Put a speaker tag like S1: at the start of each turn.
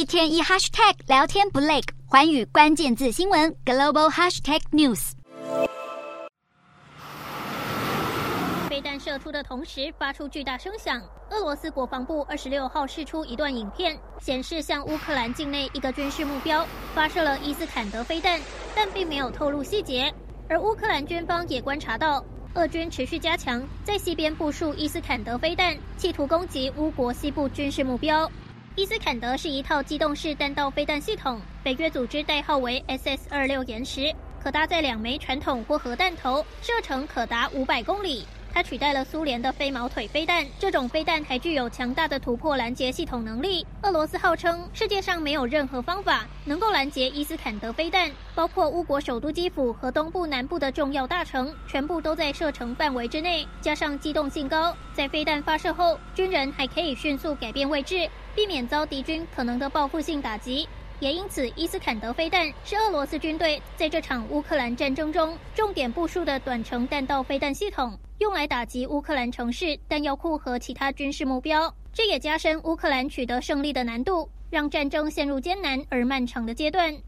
S1: 天一 hashtag 聊天不累，寰宇关键字新闻 global hashtag news。
S2: 飞弹射出的同时发出巨大声响。俄罗斯国防部26号释出一段影片，显示向乌克兰境内一个军事目标发射了伊斯坎德飞弹，但并没有透露细节。而乌克兰军方也观察到，俄军持续加强在西边部署伊斯坎德飞弹，企图攻击乌国西部军事目标。伊斯坎德是一套机动式弹道飞弹系统，北约组织代号为 SS-26 岩石，可搭载2枚传统或核弹头，射程可达500公里。它取代了苏联的飞毛腿飞弹，这种飞弹还具有强大的突破拦截系统能力。俄罗斯号称世界上没有任何方法能够拦截伊斯坎德飞弹，包括乌国首都基辅和东部南部的重要大城，全部都在射程范围之内。加上机动性高，在飞弹发射后，军人还可以迅速改变位置，避免遭敌军可能的报复性打击。也因此，伊斯坎德飞弹是俄罗斯军队在这场乌克兰战争中重点部署的短程弹道飞弹系统，用来打击乌克兰城市、弹药库和其他军事目标。这也加深乌克兰取得胜利的难度，让战争陷入艰难而漫长的阶段。